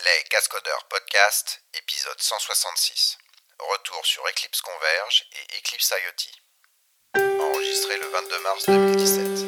Les Cascodeurs Podcast, épisode 166. Retour sur Eclipse Converge et Eclipse IoT. Enregistré le 22 mars 2017.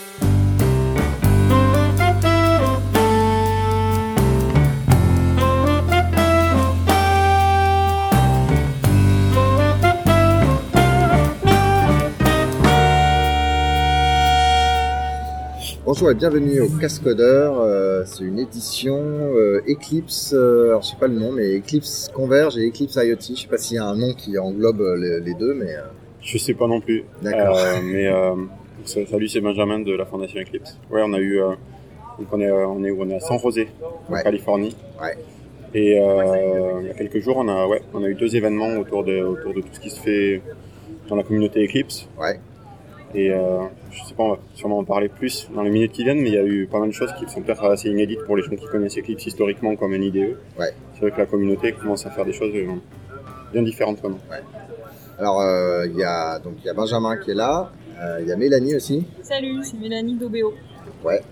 Bonjour et bienvenue au Cascodeur, c'est une édition Eclipse, alors je sais pas le nom, mais Eclipse Converge et Eclipse IoT, je sais pas s'il y a un nom qui englobe les deux, mais... Je sais pas non plus. D'accord. Salut, c'est Benjamin de la Fondation Eclipse. Ouais, on a eu, donc on est à San José, en Californie. Ouais. Et il y a quelques jours, on a eu 2 événements autour de tout ce qui se fait dans la communauté Eclipse. Ouais. Et je sais pas, on va sûrement en parler plus dans les minutes qui viennent, mais il y a eu pas mal de choses qui sont peut-être assez inédites pour les gens qui connaissent Eclipse historiquement comme un IDE. Ouais. C'est vrai que la communauté commence à faire des choses bien différentes maintenant. Ouais. Alors il y a Benjamin qui est là, il y a Mélanie aussi. Salut, c'est Mélanie d'Obéo. Ouais.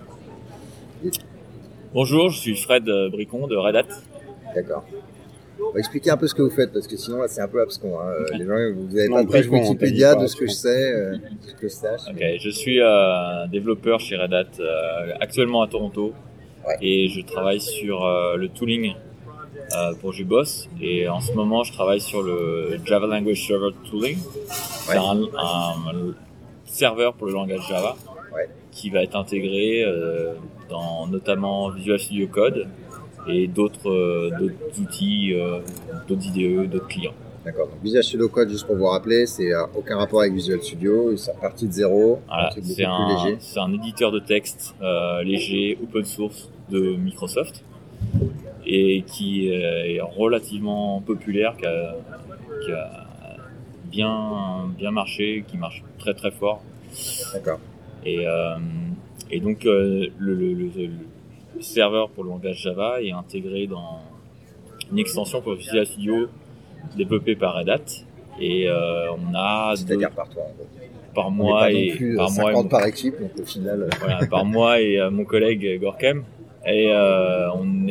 Bonjour, je suis Fred Bricon de Red Hat. D'accord. On va expliquer un peu ce que vous faites, parce que sinon là c'est un peu abscon. Les gens, vous n'avez Non, pas de page Bricon, Wikipédia on de ce que je sais, de ce que je sache. Ok, je suis développeur chez Red Hat, actuellement à Toronto, Ouais. et je travaille sur le tooling pour JBoss, et en ce moment je travaille sur le Java Language Server Tooling. C'est un serveur pour le langage Java, Ouais. qui va être intégré dans notamment Visual Studio Code et d'autres outils, d'autres IDE, d'autres clients. D'accord, donc Visual Studio Code, juste pour vous rappeler, c'est aucun rapport avec Visual Studio, c'est reparti de zéro, Voilà, un truc beaucoup c'est plus léger. c'est un éditeur de texte léger, open source de Microsoft, et qui est relativement populaire, qui a bien marché, qui marche très très fort. D'accord. Et donc le serveur pour le langage Java est intégré dans une extension pour Visual Studio développée par Red Hat, et on a C'est-à-dire par toi, en gros. par On moi n'est et pas non plus par moi 50 par équipe, donc au final... voilà, par moi et mon collègue Gorkem, et on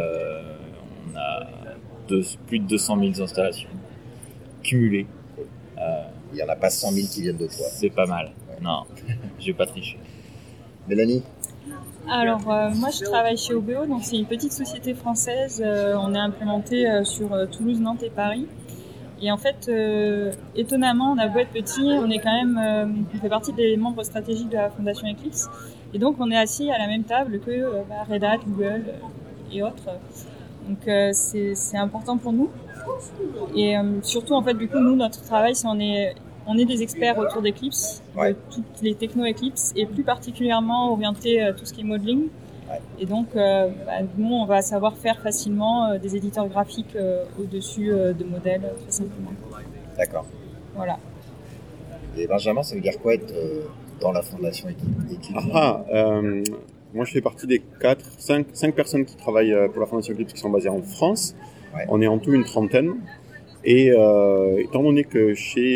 a plus de 200 000 installations cumulées. Il n'y en a pas 100 000 qui viennent de toi. C'est pas mal. Ouais. Non, je vais pas tricher. Mélanie? Alors, moi je travaille chez Obéo, donc c'est une petite société française. On est implémenté sur Toulouse, Nantes et Paris. Et en fait, étonnamment, on a beau être petit, on est quand même, on fait partie des membres stratégiques de la Fondation Eclipse. Et donc, on est assis à la même table que Red Hat, Google et autres. Donc, c'est important pour nous. Et surtout, en fait, du coup, nous, notre travail, c'est on est des experts autour d'Eclipse, Ouais. de toutes les techno Eclipse, et plus particulièrement orientés tout ce qui est modeling. Ouais. Et donc, nous, on va savoir faire facilement des éditeurs graphiques au-dessus de modèles, très simplement. D'accord. Voilà. Et Benjamin, ça veut dire quoi être dans la Fondation Eclipse? Moi je fais partie des 5 personnes qui travaillent pour la Fondation Eclipse qui sont basées en France. Ouais. On est en tout une trentaine. Et étant donné que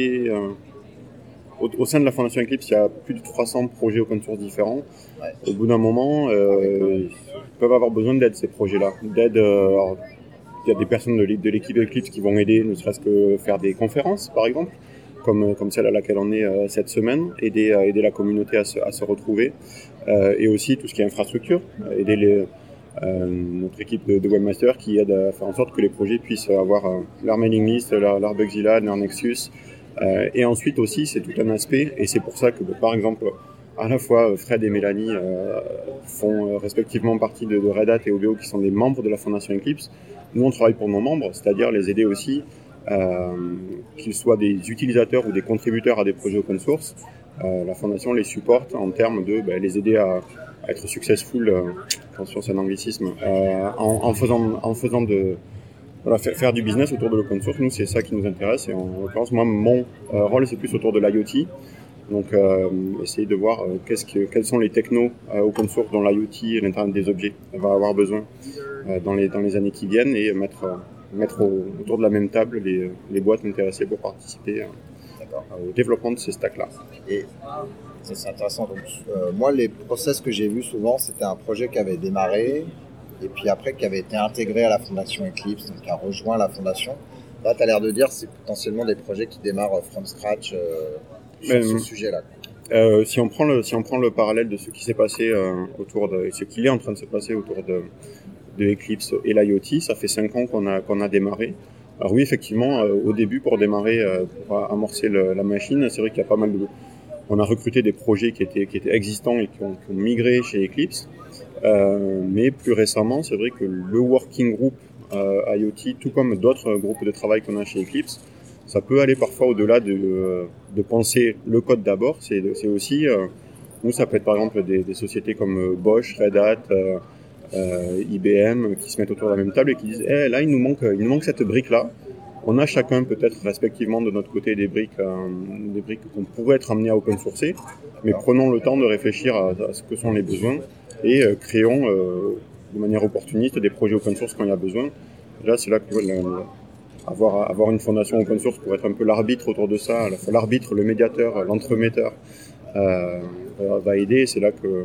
au sein de la Fondation Eclipse, il y a plus de 300 projets open source différents, Ouais. au bout d'un moment, ils peuvent avoir besoin d'aide, ces projets-là. Alors, il y a des personnes de l'équipe Eclipse qui vont aider, ne serait-ce que faire des conférences, par exemple, comme celle à laquelle on est cette semaine, aider la communauté à se retrouver, et aussi tout ce qui est infrastructure, aider notre équipe de webmasters qui aide à faire en sorte que les projets puissent avoir leur mailing list, leur Bugzilla, leur Nexus. Et ensuite aussi, c'est tout un aspect, et c'est pour ça que, par exemple, à la fois Fred et Mélanie font respectivement partie de Red Hat et Obéo, qui sont des membres de la Fondation Eclipse. Nous, on travaille pour nos membres, c'est-à-dire les aider aussi, qu'ils soient des utilisateurs ou des contributeurs à des projets open source. La Fondation les supporte en termes de les aider à être successful, attention c'est un anglicisme, en faisant faire du business autour de l'open source. Nous, c'est ça qui nous intéresse, et en l'occurrence, moi, mon rôle, c'est plus autour de l'IoT. Donc, essayer de voir quels sont les technos open source dont l'IoT et l'Internet des objets va avoir besoin dans les années qui viennent, et mettre autour de la même table les boîtes intéressées pour participer au développement de ces stacks-là. Et ça, c'est intéressant. Donc, moi, les process que j'ai vus souvent, c'était un projet qui avait démarré, et puis après qui avait été intégré à la fondation Eclipse, donc qui a rejoint la fondation. Là, tu as l'air de dire que c'est potentiellement des projets qui démarrent from scratch sur ce sujet-là. Si on prend le parallèle de ce qui s'est passé ce qu'il est en train de se passer autour de Eclipse et l'IoT, ça fait 5 ans qu'on a démarré. Alors oui, effectivement, au début, pour démarrer, pour amorcer la machine, c'est vrai qu'il y a pas mal on a recruté des projets qui étaient existants et qui ont migré chez Eclipse. Mais plus récemment, c'est vrai que le working group IoT, tout comme d'autres groupes de travail qu'on a chez Eclipse, ça peut aller parfois au-delà de penser le code d'abord. C'est aussi, nous, ça peut être par exemple des sociétés comme Bosch, Red Hat, IBM, qui se mettent autour de la même table et qui disent là, il nous manque cette brique-là. On a chacun peut-être respectivement de notre côté des briques qu'on pourrait être amenés à open sourcer, mais prenons le temps de réfléchir à ce que sont les besoins et créons de manière opportuniste des projets open source quand il y a besoin. Là, c'est là que avoir une fondation open source pour être un peu l'arbitre autour de ça, à la fois l'arbitre, le médiateur, l'entremetteur, va aider. C'est là que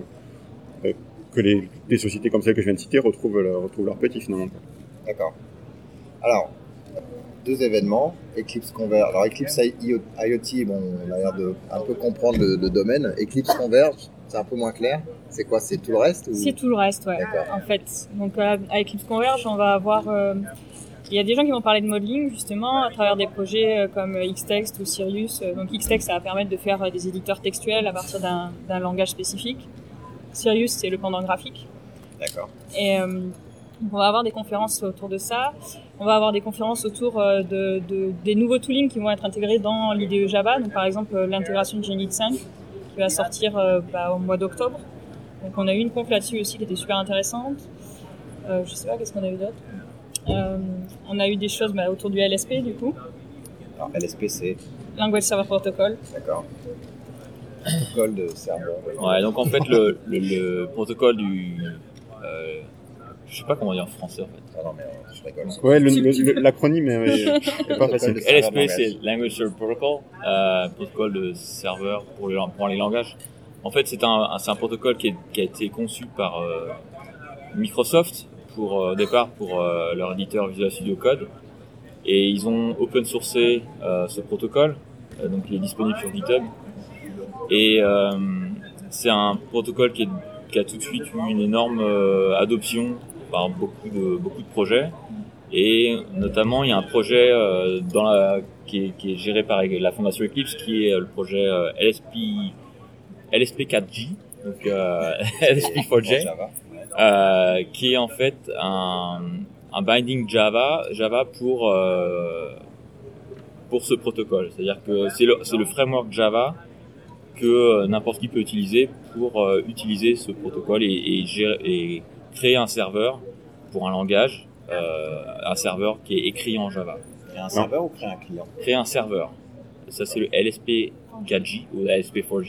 des sociétés comme celle que je viens de citer retrouvent leur petit finalement. D'accord. Alors, 2 événements, Eclipse Converge. Alors Eclipse IoT, bon, on a l'air de un peu comprendre le domaine. Eclipse Converge, c'est un peu moins clair. C'est quoi? C'est tout le reste ou... C'est tout le reste, ouais. D'accord. En fait, donc à Eclipse Converge, on va avoir... il y a des gens qui vont parler de modeling, justement, à travers des projets comme Xtext ou Sirius. Donc Xtext, ça va permettre de faire des éditeurs textuels à partir d'un langage spécifique. Sirius, c'est le pendant graphique. D'accord. Et on va avoir des conférences autour de ça. On va avoir des conférences autour des nouveaux toolings qui vont être intégrés dans l'IDE Java. Donc par exemple, l'intégration de Genit 5 qui va sortir au mois d'octobre. Donc on a eu une conf là-dessus aussi qui était super intéressante. Je sais pas, qu'est-ce qu'on a eu d'autre? On a eu des choses autour du LSP du coup. Alors LSP, c'est Language Server Protocol. D'accord. Protocole de serveur. Ouais, donc en fait le protocole du je sais pas comment dire en français en fait. Ah non mais je rigole. Ouais, l'acronyme est pas facile. LSP c'est Language Server Protocol, protocole de serveur pour les langages. En fait, c'est un protocole qui a été conçu par Microsoft au départ pour leur éditeur Visual Studio Code, et ils ont open sourcé ce protocole, donc il est disponible sur GitHub, et c'est un protocole qui a tout de suite eu une énorme adoption par beaucoup de projets, et notamment il y a un projet qui est géré par la fondation Eclipse, qui est le projet LSP4J, donc LSP4J, qui est en fait un binding Java pour ce protocole. C'est-à-dire que c'est le framework Java que n'importe qui peut utiliser pour utiliser ce protocole et créer un serveur pour un langage, un serveur qui est écrit en Java. Créer un serveur ou créer un client? Créer un serveur. Ça, c'est le LSP4J ou LSP4J.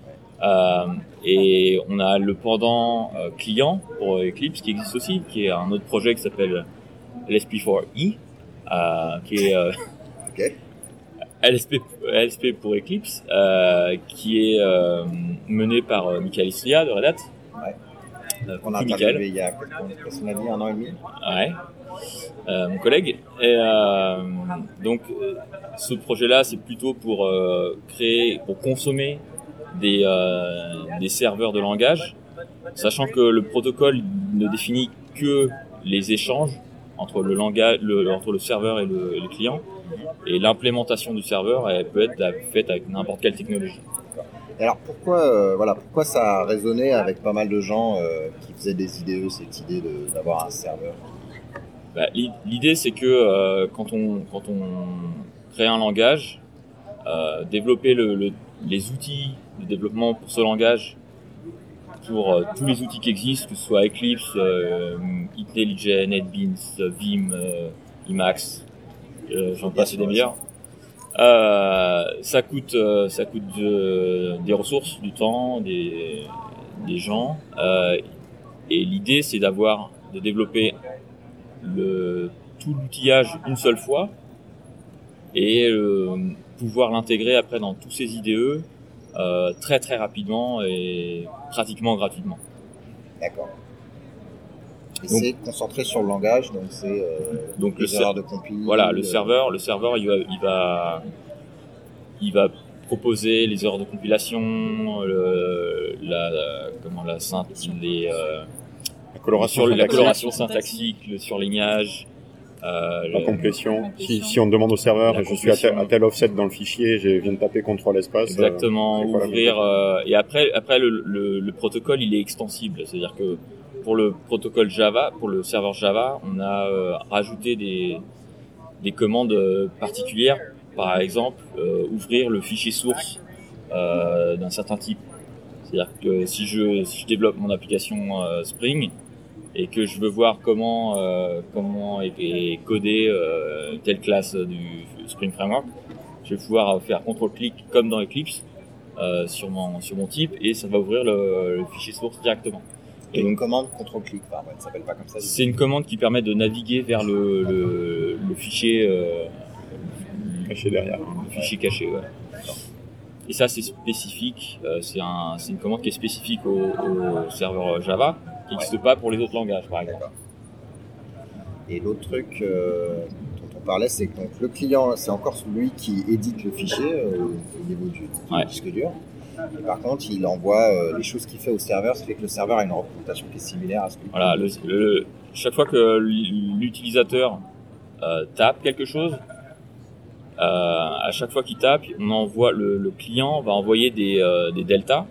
Et on a le pendant client pour Eclipse qui existe aussi, qui est un autre projet qui s'appelle LSP4E, qui est Okay. LSP pour Eclipse, qui est mené par Michael Istria de Red Hat. Ouais. On a interviewé il y a qu'est-ce qu'on a dit, 1 an et demi. Ouais. Mon collègue. Et donc ce projet-là, c'est plutôt pour consommer des serveurs de langage, sachant que le protocole ne définit que les échanges entre entre le serveur et le client, et l'implémentation du serveur, elle peut être faite avec n'importe quelle technologie. Et alors pourquoi ça a résonné avec pas mal de gens qui faisaient des IDE, cette idée d'avoir un serveur? L'idée, c'est que quand on crée un langage, développer les outils de développement pour ce langage, pour tous les outils qui existent, que ce soit Eclipse, IntelliJ, NetBeans, Vim, Emacs, j'en passe des meilleurs. Ça coûte des ressources, du temps, des gens, et l'idée, c'est de développer tout l'outillage une seule fois et pouvoir l'intégrer après dans tous ces IDE très très rapidement et pratiquement gratuitement. D'accord. Et Donc- c'est concentré sur le langage, donc c'est Donc les erreurs de compil. Voilà, le serveur, il va proposer les erreurs de compilation, La coloration la syntaxique, coloration syntaxique, le surlignage, la complétion. complétion. Si on demande au serveur, La je suis à complétion. tel offset dans le fichier, je viens de taper contrôle espace. exactement, c'est quoi la ouvrir. Et après le protocole, il est extensible. C'est-à-dire que pour le protocole Java, pour le serveur Java, on a rajouté des commandes particulières. Par exemple, ouvrir le fichier source d'un certain type. C'est-à-dire que si je développe mon application Spring et que je veux voir comment est codée telle classe du Spring Framework, je vais pouvoir faire CTRL-clic comme dans Eclipse sur mon type et ça va ouvrir le fichier source directement. Et Et une donc commande CTRL-clic, pardon, elle ne s'appelle pas comme ça. c'est une commande qui permet de naviguer vers le fichier caché derrière. le fichier caché. Ouais. Et ça c'est spécifique, c'est une commande qui est spécifique au serveur Java, qui n'existe pas pour les autres langages par exemple. D'accord. Et l'autre truc dont on parlait, c'est que donc, le client, c'est encore lui qui édite le fichier au niveau du Ouais. disque dur. Et par contre, il envoie les choses qu'il fait au serveur, ce qui fait que le serveur a une représentation qui est similaire à ce que Voilà, chaque fois que l'utilisateur tape quelque chose, à chaque fois qu'il tape, on envoie le client va envoyer des deltas,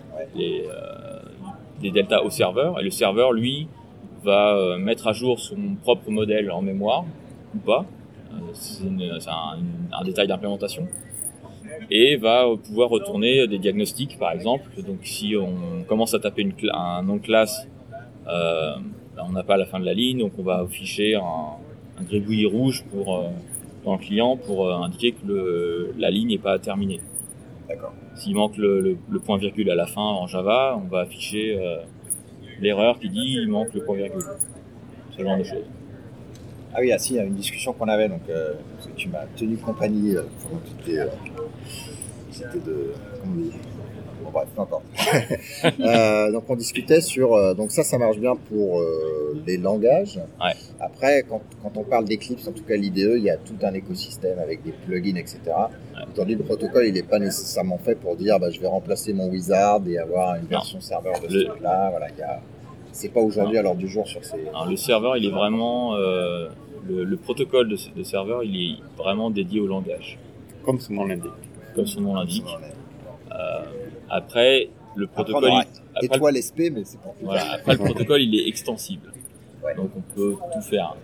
des deltas au serveur, et le serveur lui va mettre à jour son propre modèle en mémoire ou pas. C'est un détail d'implémentation. Et va pouvoir retourner des diagnostics par exemple. Donc si on commence à taper un nom de classe, on n'a pas la fin de la ligne, donc on va afficher un gribouillis rouge dans le client pour indiquer que la ligne n'est pas terminée. D'accord. S'il manque le point virgule à la fin en Java, on va afficher l'erreur qui dit il manque le point virgule. Ce genre de choses. Ah oui, il y a une discussion qu'on avait, donc parce que tu m'as tenu compagnie pendant que c'était de... Comment on dit ? Bon bref, peu importe. Donc on discutait sur... donc ça marche bien pour les langages. Ouais. Après, quand on parle d'Eclipse, en tout cas l'IDE, il y a tout un écosystème avec des plugins, etc. Ouais. Aujourd'hui, le protocole, il n'est pas nécessairement fait pour dire je vais remplacer mon wizard et avoir une version serveur de ce truc-là. Voilà, c'est pas aujourd'hui à l'ordre du jour sur ces... Alors, le serveur, il est vraiment... le protocole de serveur, il est vraiment dédié au langage. Comme son nom l'indique. Comme son nom l'indique. Après, le protocole... Et toi, l'SP, mais c'est pour plus tard. Voilà, après, le protocole, il est extensible. Ouais. Donc, on peut tout faire.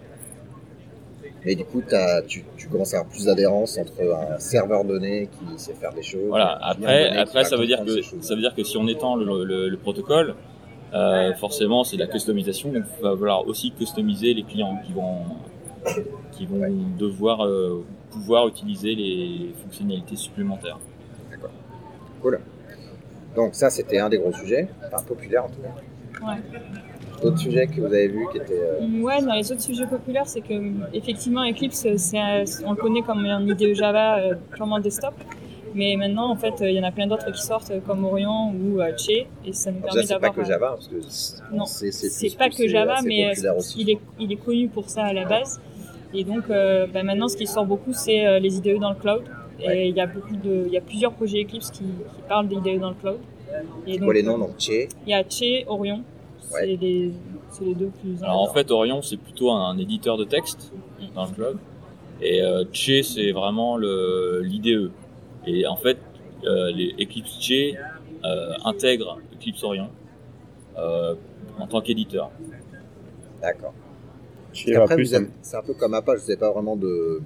Et du coup, tu commences à avoir plus d'adhérence entre un serveur donné qui sait faire des choses. Voilà. et un client donné qui Après, va ça veut dire comprendre ces choses. ça veut dire que si on étend le protocole, forcément, c'est de la customisation. Donc, il va falloir aussi customiser les clients qui vont devoir pouvoir utiliser les fonctionnalités supplémentaires. D'accord. Cool. Donc ça, c'était un des gros sujets, enfin populaire en tout cas. Ouais. D'autres sujets que vous avez vus qui étaient... Ouais, dans les autres sujets populaires, c'est que effectivement Eclipse, on le connaît comme un IDE Java purement desktop, mais maintenant en fait il y en a plein d'autres qui sortent comme Orion ou Che, et ça nous permet Déjà, c'est d'avoir. pas que Java, parce que Non, c'est pas que Java, assez mais populaire aussi. il est connu pour ça à la base. Et donc maintenant, ce qui sort beaucoup, c'est les IDE dans le cloud. Et Ouais. il y a plusieurs projets Eclipse qui parlent d'IDE dans le cloud. Et C'est donc, quoi les noms? Donc Che, il y a Che, Orion. Ouais. C'est les deux plus. Alors, en fait, Orion, c'est plutôt un éditeur de texte dans le cloud. Et Che, c'est vraiment l'IDE. Et en fait, les Eclipse Che intègrent Eclipse Orion en tant qu'éditeur. d'accord. Chez Et après, plus, c'est un peu comme Apple, je ne sais pas vraiment de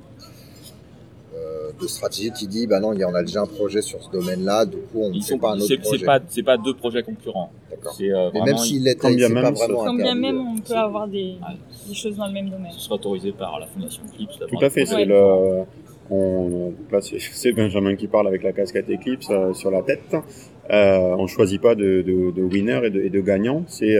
stratégie qui dit non, on a déjà un projet sur ce domaine-là, du coup on ne fait pas un autre projet. C'est pas deux projets concurrents. D'accord. C'est Mais vraiment même s'il l'était, Quand bien c'est pas même, vraiment Quand bien interdit. même, on peut avoir des choses dans le même domaine. ce sera autorisé par la fondation Eclipse. tout à fait, c'est Ouais. là, c'est Benjamin qui parle avec la casquette Eclipse sur la tête. On choisit pas de winner et de gagnant. C'est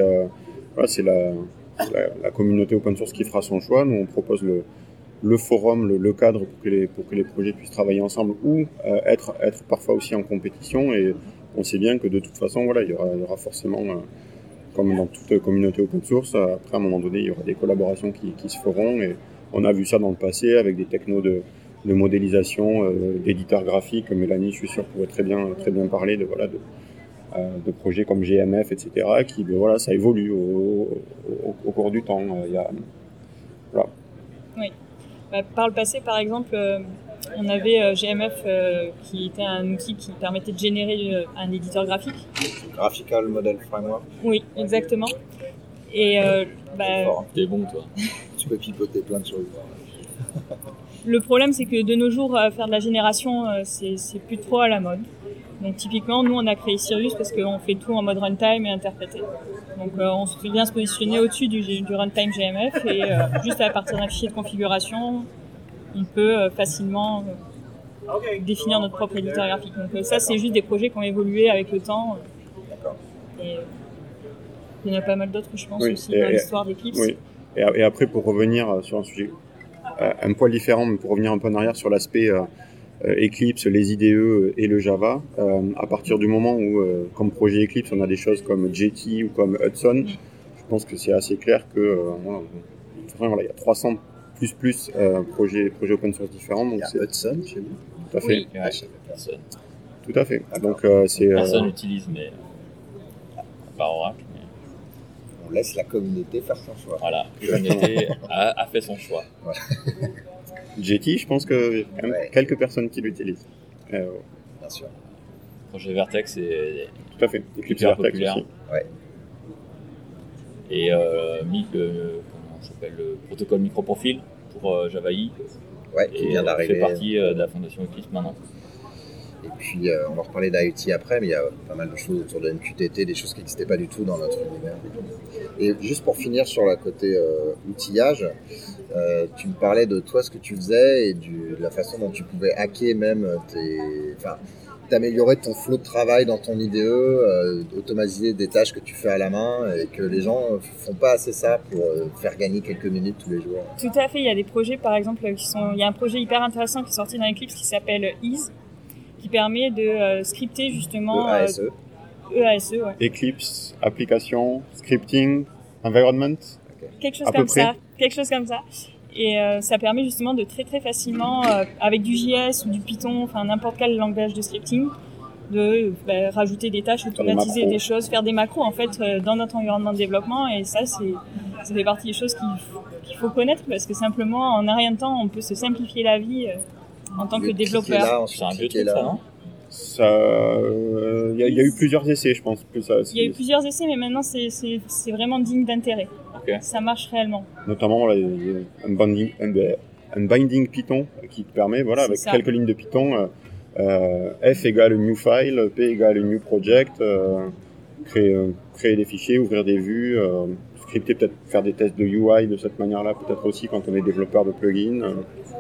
la communauté open source qui fera son choix. Nous, on propose le forum, le cadre pour que les projets puissent travailler ensemble ou être parfois aussi en compétition. Et on sait bien que de toute façon, il y aura forcément comme dans toute communauté open source, après à un moment donné, il y aura des collaborations qui se feront. Et on a vu ça dans le passé avec des technos de modélisation, d'éditeurs graphiques. Mélanie, je suis sûr, pourrait très bien parler de projets comme GMF, etc. qui, voilà, ça évolue au cours du temps. Voilà. Oui. Par le passé, par exemple, on avait GMF qui était un outil qui permettait de générer un éditeur graphique. Graphical Model Framework. Oui, exactement. Et t'es bon, toi. Tu peux pipoter plein de choses. Le problème, c'est que de nos jours, faire de la génération, c'est plus trop à la mode. Donc typiquement, nous, on a créé Sirius parce qu'on fait tout en mode runtime et interprété. Donc on se fait bien se positionner au-dessus du runtime GMF et juste à partir d'un fichier de configuration, on peut facilement définir notre propre éditeur graphique. Donc ça, c'est juste des projets qui ont évolué avec le temps. Et il y en a pas mal d'autres, je pense, aussi dans l'histoire d'Eclipse. Oui. Et après, pour revenir sur un sujet un poil différent, mais pour revenir un peu en arrière sur l'aspect Eclipse, les IDE et le Java, à partir du moment où, comme projet Eclipse, on a des choses comme Jetty ou comme Hudson, je pense que c'est assez clair que il y a 300 plus projets open source différents. Donc il y a Hudson chez vous. Tout à fait. Oui. Personne. Tout à fait. Donc c'est Personne n'utilise, mais pas Oracle. Mais... On laisse la communauté faire son choix. Voilà, la communauté a fait son choix. Ouais. Jetty, je pense qu'il y a quand même quelques personnes qui l'utilisent. Bien sûr. Le projet Vertex est tout à fait. Eclipse hyper Vertex populaire. aussi. Ouais. Et comment s'appelle, le protocole microprofil pour Java-I. Ouais, qui vient d'arriver. Fait partie de la fondation Eclipse maintenant. Et puis, on va reparler d'IoT après, mais il y a pas mal de choses autour de MQTT, des choses qui n'existaient pas du tout dans notre univers. Et juste pour finir sur la côté outillage, tu me parlais de toi, ce que tu faisais et de la façon dont tu pouvais hacker même t'améliorer ton flow de travail dans ton IDE, automatiser des tâches que tu fais à la main et que les gens font pas assez ça pour faire gagner quelques minutes tous les jours. Tout à fait, il y a des projets par exemple il y a un projet hyper intéressant qui est sorti dans Eclipse qui s'appelle Ease, qui permet de scripter justement EASE. EASE, ouais. Eclipse, application, scripting, environment. Quelque chose comme ça. Et ça permet justement de très très facilement, avec du JS ou du Python, enfin n'importe quel langage de scripting, de rajouter des tâches, automatiser des choses, faire des macros en fait dans notre environnement de développement. Et ça fait partie des choses qu'il faut connaître parce que simplement en un rien de temps on peut se simplifier la vie en tant que développeur. C'est un vieux truc ça, non ? Il y a eu plusieurs essais, je pense. Il y a eu plusieurs essais, mais maintenant c'est vraiment digne d'intérêt. Okay. Ça marche réellement. Notamment un binding Python qui te permet, voilà, avec quelques lignes de Python, F égale new file, P égale new project, créer des fichiers, ouvrir des vues, scripter, peut-être faire des tests de UI de cette manière-là, peut-être aussi quand on est développeur de plugins.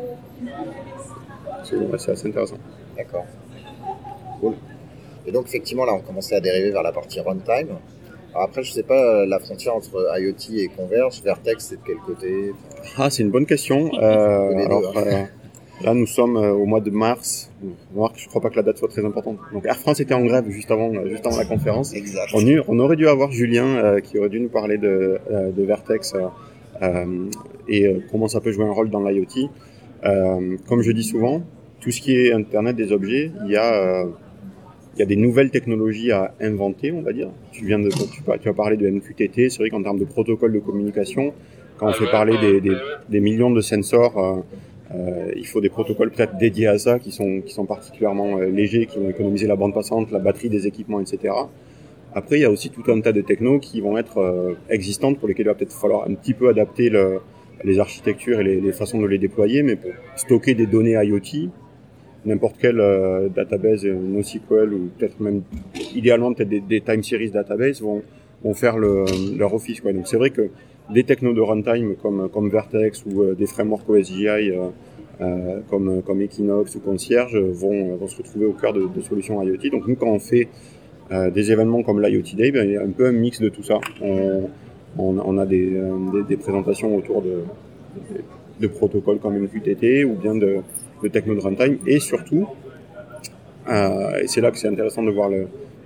C'est assez intéressant. D'accord. Cool. Et donc effectivement là on commençait à dériver vers la partie runtime. Alors après je sais pas la frontière entre IoT et Converge, Vertex c'est de quel côté? C'est une bonne question. Là nous sommes au mois de mars. Je crois pas que la date soit très importante. Donc Air France était en grève juste avant la conférence. Exact. On aurait dû avoir Julien qui aurait dû nous parler de Vertex et comment ça peut jouer un rôle dans l'IoT. Comme je dis souvent, tout ce qui est Internet des objets, il y a des nouvelles technologies à inventer, on va dire. Tu as parlé de MQTT, c'est vrai qu'en termes de protocole de communication, quand on fait parler des millions de sensors, il faut des protocoles peut-être dédiés à ça, qui sont particulièrement légers, qui vont économiser la bande passante, la batterie des équipements, etc. Après, il y a aussi tout un tas de technos qui vont être existantes, pour lesquelles il va peut-être falloir un petit peu adapter les architectures et les façons de les déployer, mais pour stocker des données IoT, n'importe quelle database NoSQL ou peut-être même idéalement peut-être des time series database vont faire leur office, quoi. Donc c'est vrai que des technos de runtime comme Vertex ou des frameworks OSGI comme Equinox ou Concierge vont se retrouver au cœur de solutions IoT. Donc nous quand on fait des événements comme l'IoT Day, il y a un peu un mix de tout ça. On a des présentations autour de protocoles comme MQTT ou bien de techno de runtime, et surtout, et c'est là que c'est intéressant de voir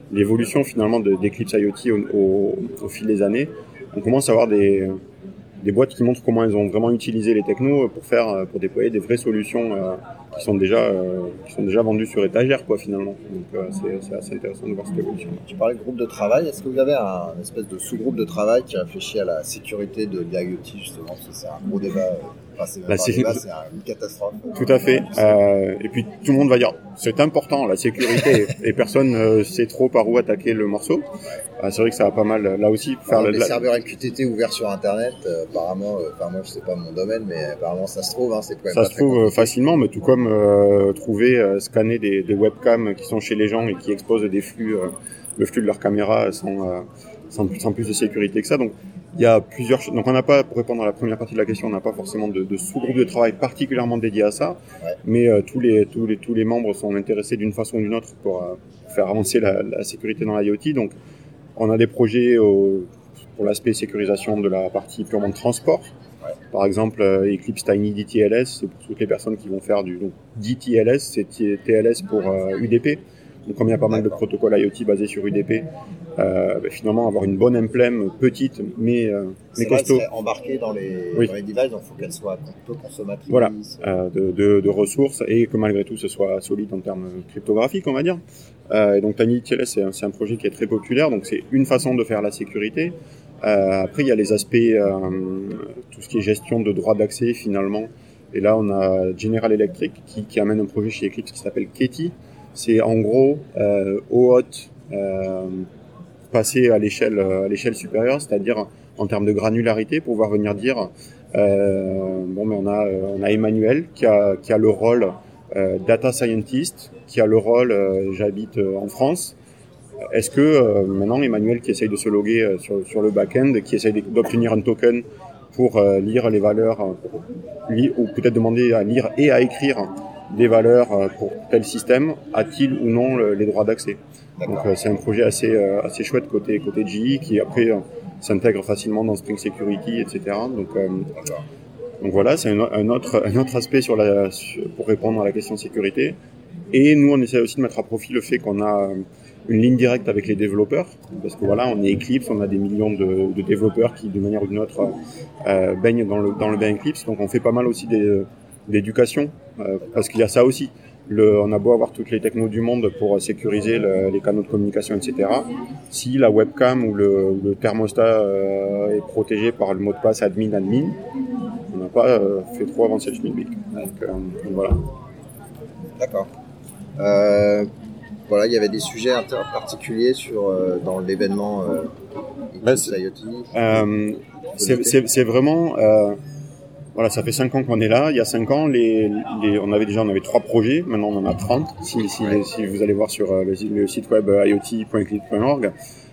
l'évolution finalement d'Eclipse IoT au fil des années, on commence à avoir des boîtes qui montrent comment elles ont vraiment utilisé les technos pour déployer des vraies solutions qui sont déjà vendues sur étagère, quoi, finalement. Donc c'est assez intéressant de voir cette évolution. Tu parlais de groupe de travail. Est-ce que vous avez un espèce de sous-groupe de travail qui réfléchit à la sécurité de l'IoT, justement, parce que c'est un gros débat. C'est une catastrophe. Tout à fait. Et puis tout le monde va dire c'est important la sécurité et personne sait trop par où attaquer le morceau. C'est vrai que ça va pas mal là aussi faire les serveurs MQTT ouverts sur Internet. Apparemment, moi je sais pas mon domaine, mais apparemment ça se trouve. C'est quand même ça se trouve facilement, mais tout comme scanner des webcams qui sont chez les gens et qui exposent le flux de leur caméra sans plus de sécurité que ça. Donc il y a plusieurs choses. Donc on n'a pas, pour répondre à la première partie de la question, on n'a pas forcément de sous-groupe de travail particulièrement dédié à ça, mais tous les membres sont intéressés d'une façon ou d'une autre pour faire avancer la sécurité dans l'IoT. Donc on a des projets pour l'aspect sécurisation de la partie purement de transport. Par exemple, Eclipse Tiny DTLS, c'est pour toutes les personnes qui vont faire donc DTLS, c'est TLS pour UDP. Donc comme il y a pas mal de protocoles IoT basés sur UDP, finalement avoir une bonne emblème petite mais costaud. Embarquée dans les devices, donc il faut qu'elle soit peu consommatrice. Voilà, de ressources et que malgré tout ce soit solide en termes cryptographiques, on va dire. Et donc Tiny DTLS, c'est un projet qui est très populaire, donc c'est une façon de faire la sécurité. Après il y a les aspects, tout ce qui est gestion de droits d'accès finalement. Et là on a General Electric qui amène un projet chez Eclipse qui s'appelle Keti. C'est en gros OAuth passer à l'échelle supérieure, c'est-à-dire en termes de granularité, pouvoir venir dire on a Emmanuel qui a le rôle data scientist, qui a le rôle j'habite en France. Est-ce que maintenant Emmanuel qui essaye de se loguer sur le back-end, qui essaye d'obtenir un token pour lire les valeurs, ou peut-être demander à lire et à écrire des valeurs pour tel système, a-t-il ou non les droits d'accès? Donc c'est un projet assez chouette côté GE qui après s'intègre facilement dans Spring Security, etc. Donc voilà, c'est un autre aspect pour répondre à la question de sécurité. Et nous, on essaie aussi de mettre à profit le fait qu'on a une ligne directe avec les développeurs, parce que voilà, on est Eclipse, on a des millions de développeurs qui, de manière ou d'une autre, baignent dans le bain Eclipse. Donc on fait pas mal aussi d'éducation, parce qu'il y a ça aussi. On a beau avoir toutes les technos du monde pour sécuriser les canaux de communication, etc. Si la webcam ou le thermostat est protégé par le mot de passe admin, on n'a pas fait trop avancer le schmilblick. Donc voilà. D'accord. Voilà, il y avait des sujets particuliers dans l'événement Eclipse IoT. C'est vraiment... voilà, ça fait 5 ans qu'on est là. Il y a 5 ans, on avait 3 projets. Maintenant, on en a 30. Si vous allez voir sur le site web iot.eclipse.org.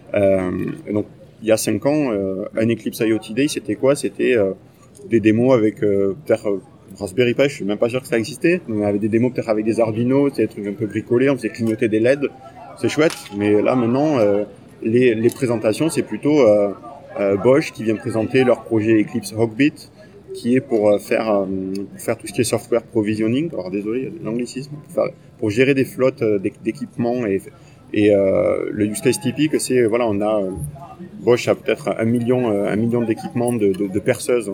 Donc, il y a 5 ans, un Eclipse IoT Day, c'était quoi? C'était des démos avec peut-être Raspberry Pi. Je suis même pas sûr que ça existait. On avait des démos peut-être avec des Arduino, des trucs un peu bricolés. On faisait clignoter des LED. C'est chouette. Mais là, maintenant, les présentations, c'est plutôt Bosch qui vient présenter leur projet Eclipse Hawkbit, qui est pour faire tout ce qui est software provisioning. Alors désolé, il y a de l'anglicisme. Pour gérer des flottes d'équipements et le use case typique, c'est voilà, on a Bosch a peut-être 1 million d'équipements de perceuses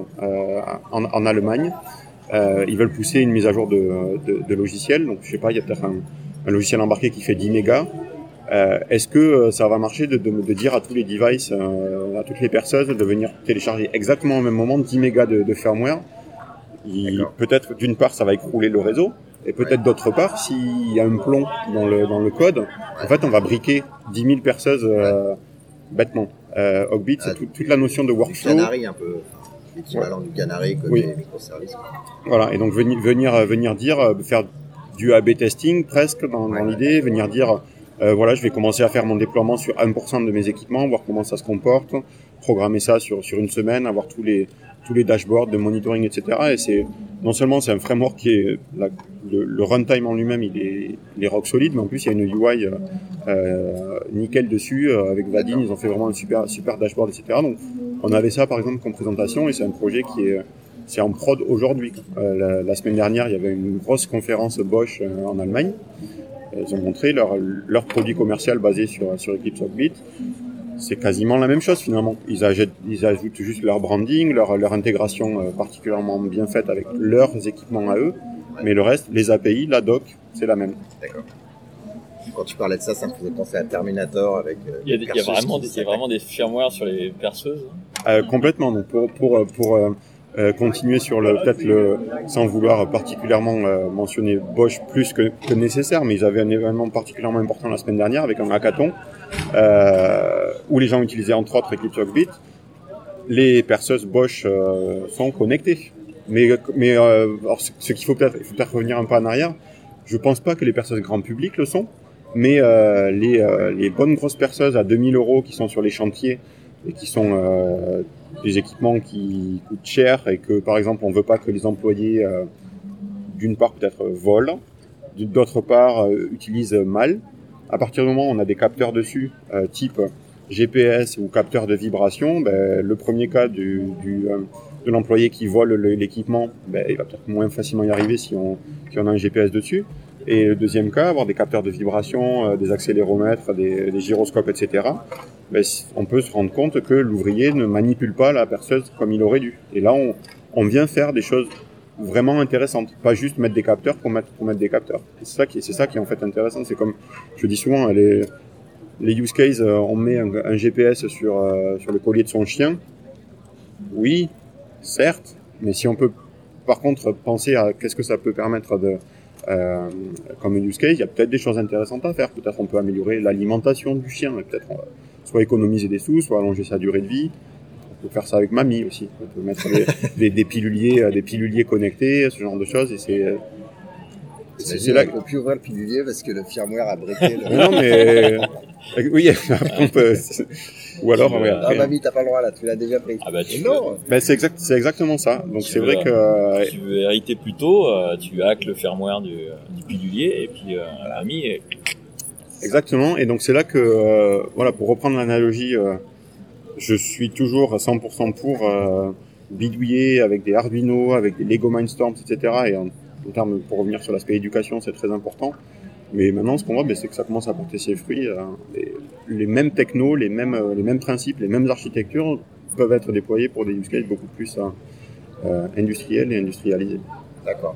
en Allemagne. Ils veulent pousser une mise à jour de logiciels. Donc je sais pas, il y a peut-être un logiciel embarqué qui fait 10 mégas. Est-ce que ça va marcher de dire à tous les devices, à toutes les perceuses, de venir télécharger exactement au même moment 10 mégas de firmware? Peut-être d'une part ça va écrouler le réseau, et peut-être d'autre part, s'il y a un plomb dans le code, en fait on va briquer 10 000 perceuses bêtement. Hawkbit, c'est toute la notion de workflow. Du canary un peu, l'équivalent du canary côté microservices. Voilà, et donc venir dire, faire du A/B testing presque dans l'idée, venir dire voilà, je vais commencer à faire mon déploiement sur 1% de mes équipements, voir comment ça se comporte, programmer ça sur une semaine, avoir tous les dashboards de monitoring, etc. Et non seulement c'est un framework qui est le runtime en lui-même, il est rock solide, mais en plus il y a une UI nickel dessus. Avec Vadin, ils ont fait vraiment un super dashboard, etc. Donc on avait ça par exemple comme présentation, et c'est un projet c'est en prod aujourd'hui. La semaine dernière, il y avait une grosse conférence Bosch en Allemagne. Ils ont montré leur produit commercial basé sur Eclipse Orbit. C'est quasiment la même chose finalement. Ils ajoutent juste leur branding, leur intégration particulièrement bien faite avec leurs équipements à eux. Mais le reste, les API, la doc, c'est la même. D'accord. Quand tu parlais de ça, ça me faisait penser à Terminator avec. Il y a vraiment des firmware sur les perceuses. Complètement. Donc pour continuer sur sans vouloir particulièrement mentionner Bosch plus que nécessaire, mais ils avaient un événement particulièrement important la semaine dernière avec un hackathon où les gens utilisaient entre autres Eclipse Orbit. Les perceuses Bosch sont connectées. Mais alors, ce qu'il faut peut-être revenir un peu en arrière. Je pense pas que les perceuses grand public le sont, mais les bonnes grosses perceuses à 2000 € qui sont sur les chantiers et qui sont des équipements qui coûtent cher et que par exemple on veut pas que les employés d'une part peut-être volent, d'autre part utilisent mal. À partir du moment où on a des capteurs dessus type GPS ou capteur de vibration, le premier cas de l'employé qui vole l'équipement, il va peut-être moins facilement y arriver si on a un GPS dessus. Et le deuxième cas, avoir des capteurs de vibration, des accéléromètres, des gyroscopes, etc. On peut se rendre compte que l'ouvrier ne manipule pas la perceuse comme il aurait dû. Et là, on vient faire des choses vraiment intéressantes. Pas juste mettre des capteurs pour mettre des capteurs. C'est ça qui est en fait intéressant. C'est comme je dis souvent, les use cases, on met un GPS sur le collier de son chien. Oui, certes, mais si on peut par contre penser à qu'est-ce que ça peut permettre comme use case, il y a peut-être des choses intéressantes à faire. Peut-être on peut améliorer l'alimentation du chien, peut-être soit économiser des sous, soit allonger sa durée de vie. On peut faire ça avec Mamie aussi. On peut mettre des piluliers connectés, ce genre de choses. Et c'est là qu'on peut plus ouvrir le pilulier parce que le firmware a briqué. Non mais oui, on peut. Ou alors, Mamie, t'as pas le droit là, tu l'as déjà pris. Ah bah tu non. C'est exactement ça. Donc c'est vrai que. Si tu veux hériter plus tôt, tu hackes le firmware du pilulier et puis Mamie. Exactement. Et donc c'est là que pour reprendre l'analogie, je suis toujours à 100% pour bidouiller avec des Arduino, avec des Lego Mindstorms, etc. Et en termes, pour revenir sur l'aspect éducation, c'est très important. Mais maintenant, ce qu'on voit, c'est que ça commence à porter ses fruits. Les mêmes technos, les mêmes principes, les mêmes architectures peuvent être déployés pour des use cases beaucoup plus industriels et industrialisés. D'accord.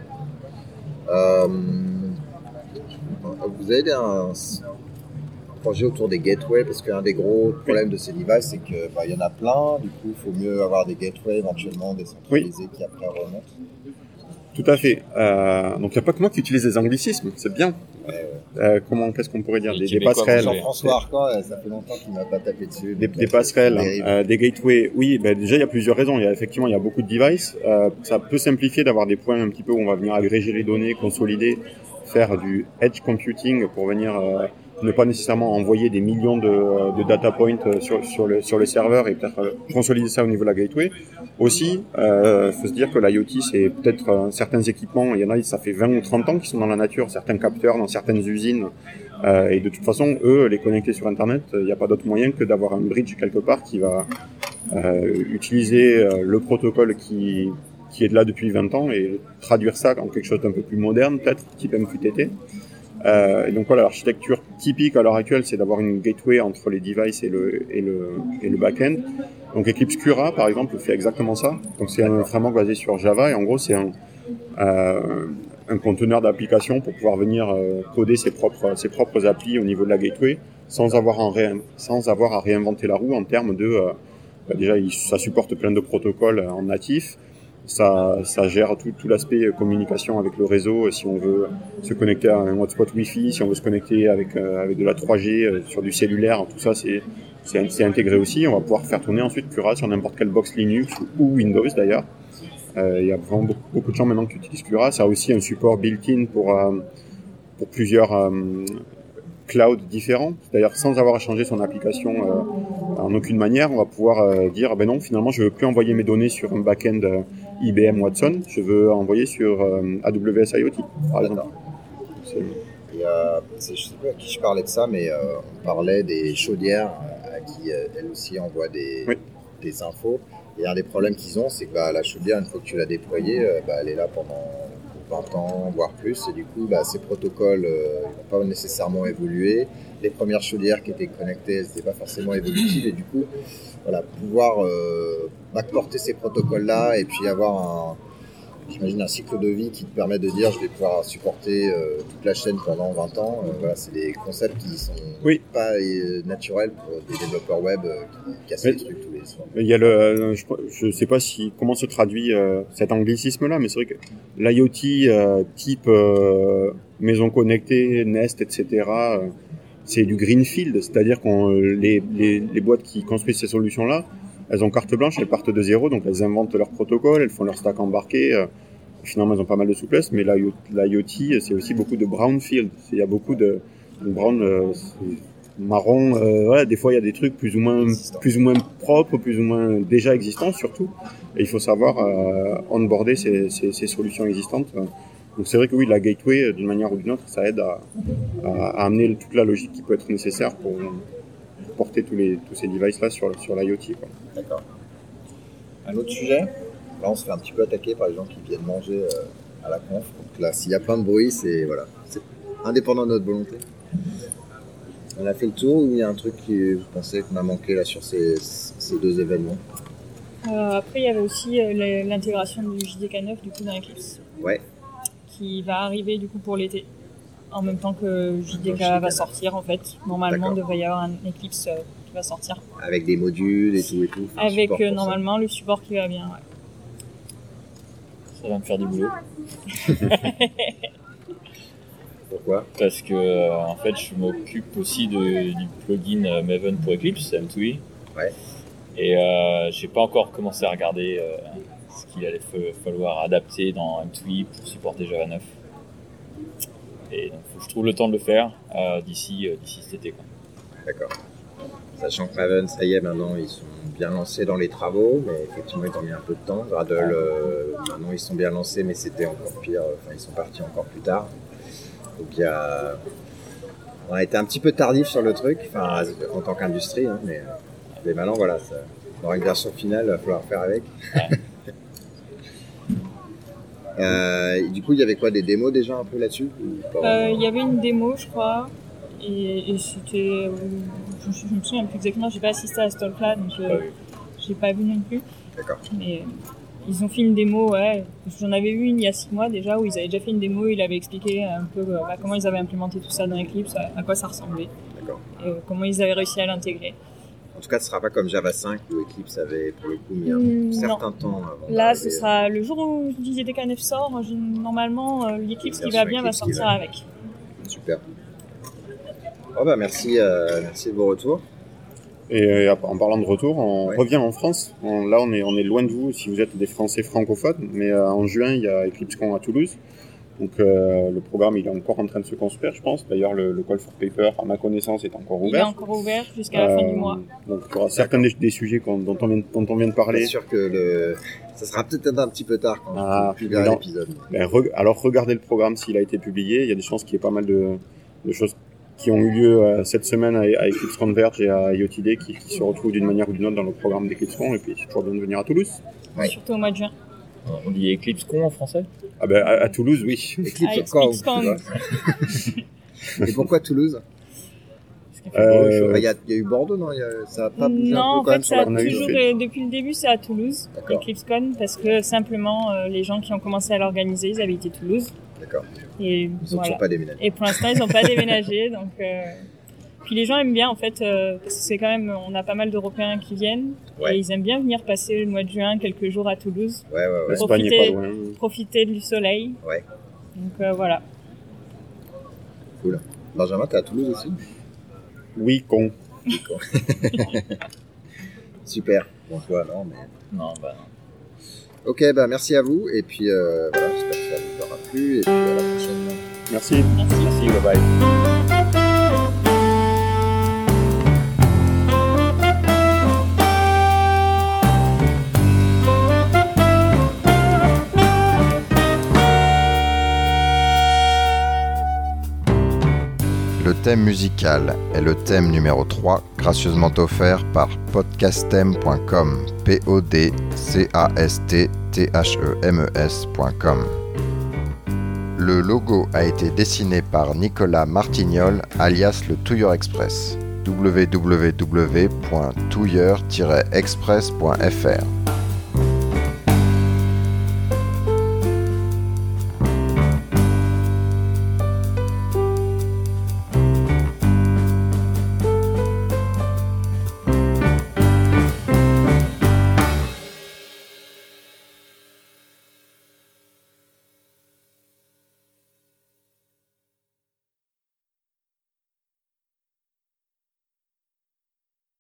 Vous avez un projet autour des gateways, parce qu'un des gros problèmes de ces devices, c'est qu'il y en a plein. Du coup, il faut mieux avoir des gateways éventuellement décentralisés qui après remontent. Tout à fait. Donc il n'y a pas que moi qui utilise les anglicismes, c'est bien. Qu'est-ce qu'on pourrait dire, des passerelles. Jean-François Arcan, ça fait longtemps qu'il m'a pas tapé dessus. Des passerelles, des gateways. Oui, déjà il y a plusieurs raisons. Il y a beaucoup de devices. Ça peut simplifier d'avoir des points un petit peu où on va venir agréger les données, consolider, faire du edge computing pour venir ne pas nécessairement envoyer des millions de data points sur le serveur et peut-être consolider ça au niveau de la gateway. Aussi, faut se dire que l'IoT, c'est peut-être certains équipements, il y en a, ça fait 20 ou 30 ans qu'ils sont dans la nature, certains capteurs dans certaines usines, et de toute façon, eux, les connecter sur Internet, il n'y a pas d'autre moyen que d'avoir un bridge quelque part qui va utiliser le protocole qui est là depuis 20 ans et traduire ça en quelque chose d'un peu plus moderne, peut-être, type MQTT. Et donc voilà, l'architecture typique à l'heure actuelle, c'est d'avoir une gateway entre les devices et le back-end. Donc Eclipse Cura, par exemple, fait exactement ça. Donc c'est un framework basé sur Java et en gros c'est un conteneur d'application pour pouvoir venir coder ses propres applis au niveau de la gateway sans avoir à réinventer la roue en termes de déjà ça supporte plein de protocoles en natif. Ça gère tout l'aspect communication avec le réseau, si on veut se connecter à un hotspot Wi-Fi, si on veut se connecter avec de la 3G sur du cellulaire, tout ça c'est intégré aussi. On va pouvoir faire tourner ensuite Cura sur n'importe quelle box Linux ou Windows d'ailleurs. Il y a vraiment beaucoup de gens maintenant qui utilisent Cura. Ça a aussi un support built-in pour plusieurs clouds différents. D'ailleurs, sans avoir à changer son application en aucune manière, on va pouvoir dire non, finalement, je veux plus envoyer mes données sur un back-end IBM Watson, je veux envoyer sur AWS IoT, par exemple. Je sais pas à qui je parlais de ça, mais on parlait des chaudières à qui elles aussi envoient des infos. Et un des problèmes qu'ils ont, c'est que la chaudière, une fois que tu l'as déployée, elle est là pendant 20 ans, voire plus. Et du coup, ces protocoles n'ont pas nécessairement évolué. Les premières chaudières qui étaient connectées, elles n'étaient pas forcément évolutives. Et du coup, voilà, pouvoir backporter ces protocoles-là et puis avoir j'imagine un cycle de vie qui te permet de dire je vais pouvoir supporter toute la chaîne pendant 20 ans. Voilà, c'est des concepts qui sont pas naturels pour des développeurs web qui cassent les trucs tous les soirs. Il y a je sais pas comment se traduit cet anglicisme-là, mais c'est vrai que l'IoT type maison connectée, Nest, etc., c'est du greenfield, c'est-à-dire que les boîtes qui construisent ces solutions-là, elles ont carte blanche, elles partent de zéro, donc elles inventent leur protocole, elles font leur stack embarqué. Finalement, elles ont pas mal de souplesse, mais l'IoT, c'est aussi beaucoup de brownfield. Il y a beaucoup de brown marron. Voilà, des fois, il y a des trucs plus ou moins propres, plus ou moins déjà existants, surtout. Et il faut savoir onboarder ces solutions existantes. Donc c'est vrai que oui, la gateway, d'une manière ou d'une autre, ça aide à amener toute la logique qui peut être nécessaire pour porter tous ces devices-là sur l'IoT. Quoi. D'accord. Un autre sujet ? Là, on se fait un petit peu attaquer par les gens qui viennent manger à la conf. Donc là, s'il y a plein de bruit, c'est indépendant de notre volonté. On a fait le tour ou il y a un truc que vous pensez qu'on a manqué là sur ces 2 événements ? Après, il y avait aussi l'intégration du JDK 9 du coup dans Eclipse. Ouais. Qui va arriver du coup pour l'été. En même temps que JDK va sortir en fait. Normalement, il devrait y avoir un Eclipse qui va sortir. Avec des modules et tout et tout. Avec normalement le support qui va bien. Ouais. Ça va me faire du boulot. Pourquoi ? Parce que en fait, je m'occupe aussi du plugin Maven pour Eclipse, M2E. Ouais. Et j'ai pas encore commencé à regarder ce qu'il allait falloir adapter dans M2E pour supporter Java 9. Et donc, faut que je trouve le temps de le faire d'ici cet été. Quoi. D'accord. Sachant que Maven, ça y est, maintenant, ils sont bien lancés dans les travaux, mais effectivement, ils ont mis un peu de temps. Gradle, maintenant, ils sont bien lancés, mais c'était encore pire. Enfin, ils sont partis encore plus tard. Donc, on a été un petit peu tardif sur le truc, enfin, en tant qu'industrie, hein, mais maintenant, voilà, dans une version finale, il va falloir faire avec. Du coup, il y avait quoi, des démos déjà un peu là-dessus ? Il y avait une démo, je crois, et c'était... Je me souviens plus exactement, j'ai pas assisté à ce talk-là, donc j'ai pas vu non plus. D'accord. Mais ils ont fait une démo, ouais. J'en avais vu une il y a 6 mois déjà, où ils avaient déjà fait une démo, ils avaient expliqué un peu comment ils avaient implémenté tout ça dans Eclipse, à quoi ça ressemblait. D'accord. Et comment ils avaient réussi à l'intégrer. En tout cas, ce sera pas comme Java 5 où Eclipse avait pour le coup mis un certain temps avant. Là, ce sera le jour où JDK 9 sort, normalement, l'Eclipse qui va bien va sortir avec. Super. Oh bah merci de vos retours. Et en parlant de retour, on revient en France. Là, on est loin de vous si vous êtes des Français francophones. Mais en juin, il y a EclipseCon à Toulouse. Donc le programme, il est encore en train de se construire, je pense. D'ailleurs, le call for paper, à ma connaissance, est encore ouvert. Il est encore ouvert jusqu'à la fin du mois. Donc il y aura certains des sujets dont on vient de parler. C'est sûr que ça sera peut-être un petit peu tard quand on publiera l'épisode. Alors regardez le programme s'il a été publié. Il y a des chances qu'il y ait pas mal de choses qui ont eu lieu cette semaine à Eclipse Converge et à IoT Day qui se retrouvent d'une manière ou d'une autre dans le programme d'EclipseCon. Et puis c'est toujours bien de venir à Toulouse. Ouais. Surtout au mois de juin. On dit EclipseCon en français ? Ah ben à Toulouse, oui. EclipseCon. Et pourquoi Toulouse ? Il y a eu Bordeaux, non ? Ça a pas bougé un peu quand même sur la depuis le début, c'est à Toulouse, EclipseCon, parce que simplement, les gens qui ont commencé à l'organiser, ils habitaient Toulouse. D'accord. Et ils n'ont toujours pas déménagé. Et pour l'instant, ils n'ont pas déménagé, donc... Puis les gens aiment bien, en fait, parce que c'est quand même... On a pas mal d'Européens qui viennent, et ils aiment bien venir passer le mois de juin, quelques jours à Toulouse. Ouais. Profiter du soleil. Ouais. Donc voilà. Cool. Benjamin, t'es à Toulouse aussi ? Oui, con. Super. Bon, toi, non, mais... Non, bah non. Ok, bah merci à vous, et puis voilà, j'espère que ça vous aura plu, et puis à la prochaine. Merci. Merci, bye bye. Le thème musical est le thème numéro 3, gracieusement offert par podcastem.com, podcastthemes.com. Le logo a été dessiné par Nicolas Martignol, alias le Touilleur Express. www.touilleur-express.fr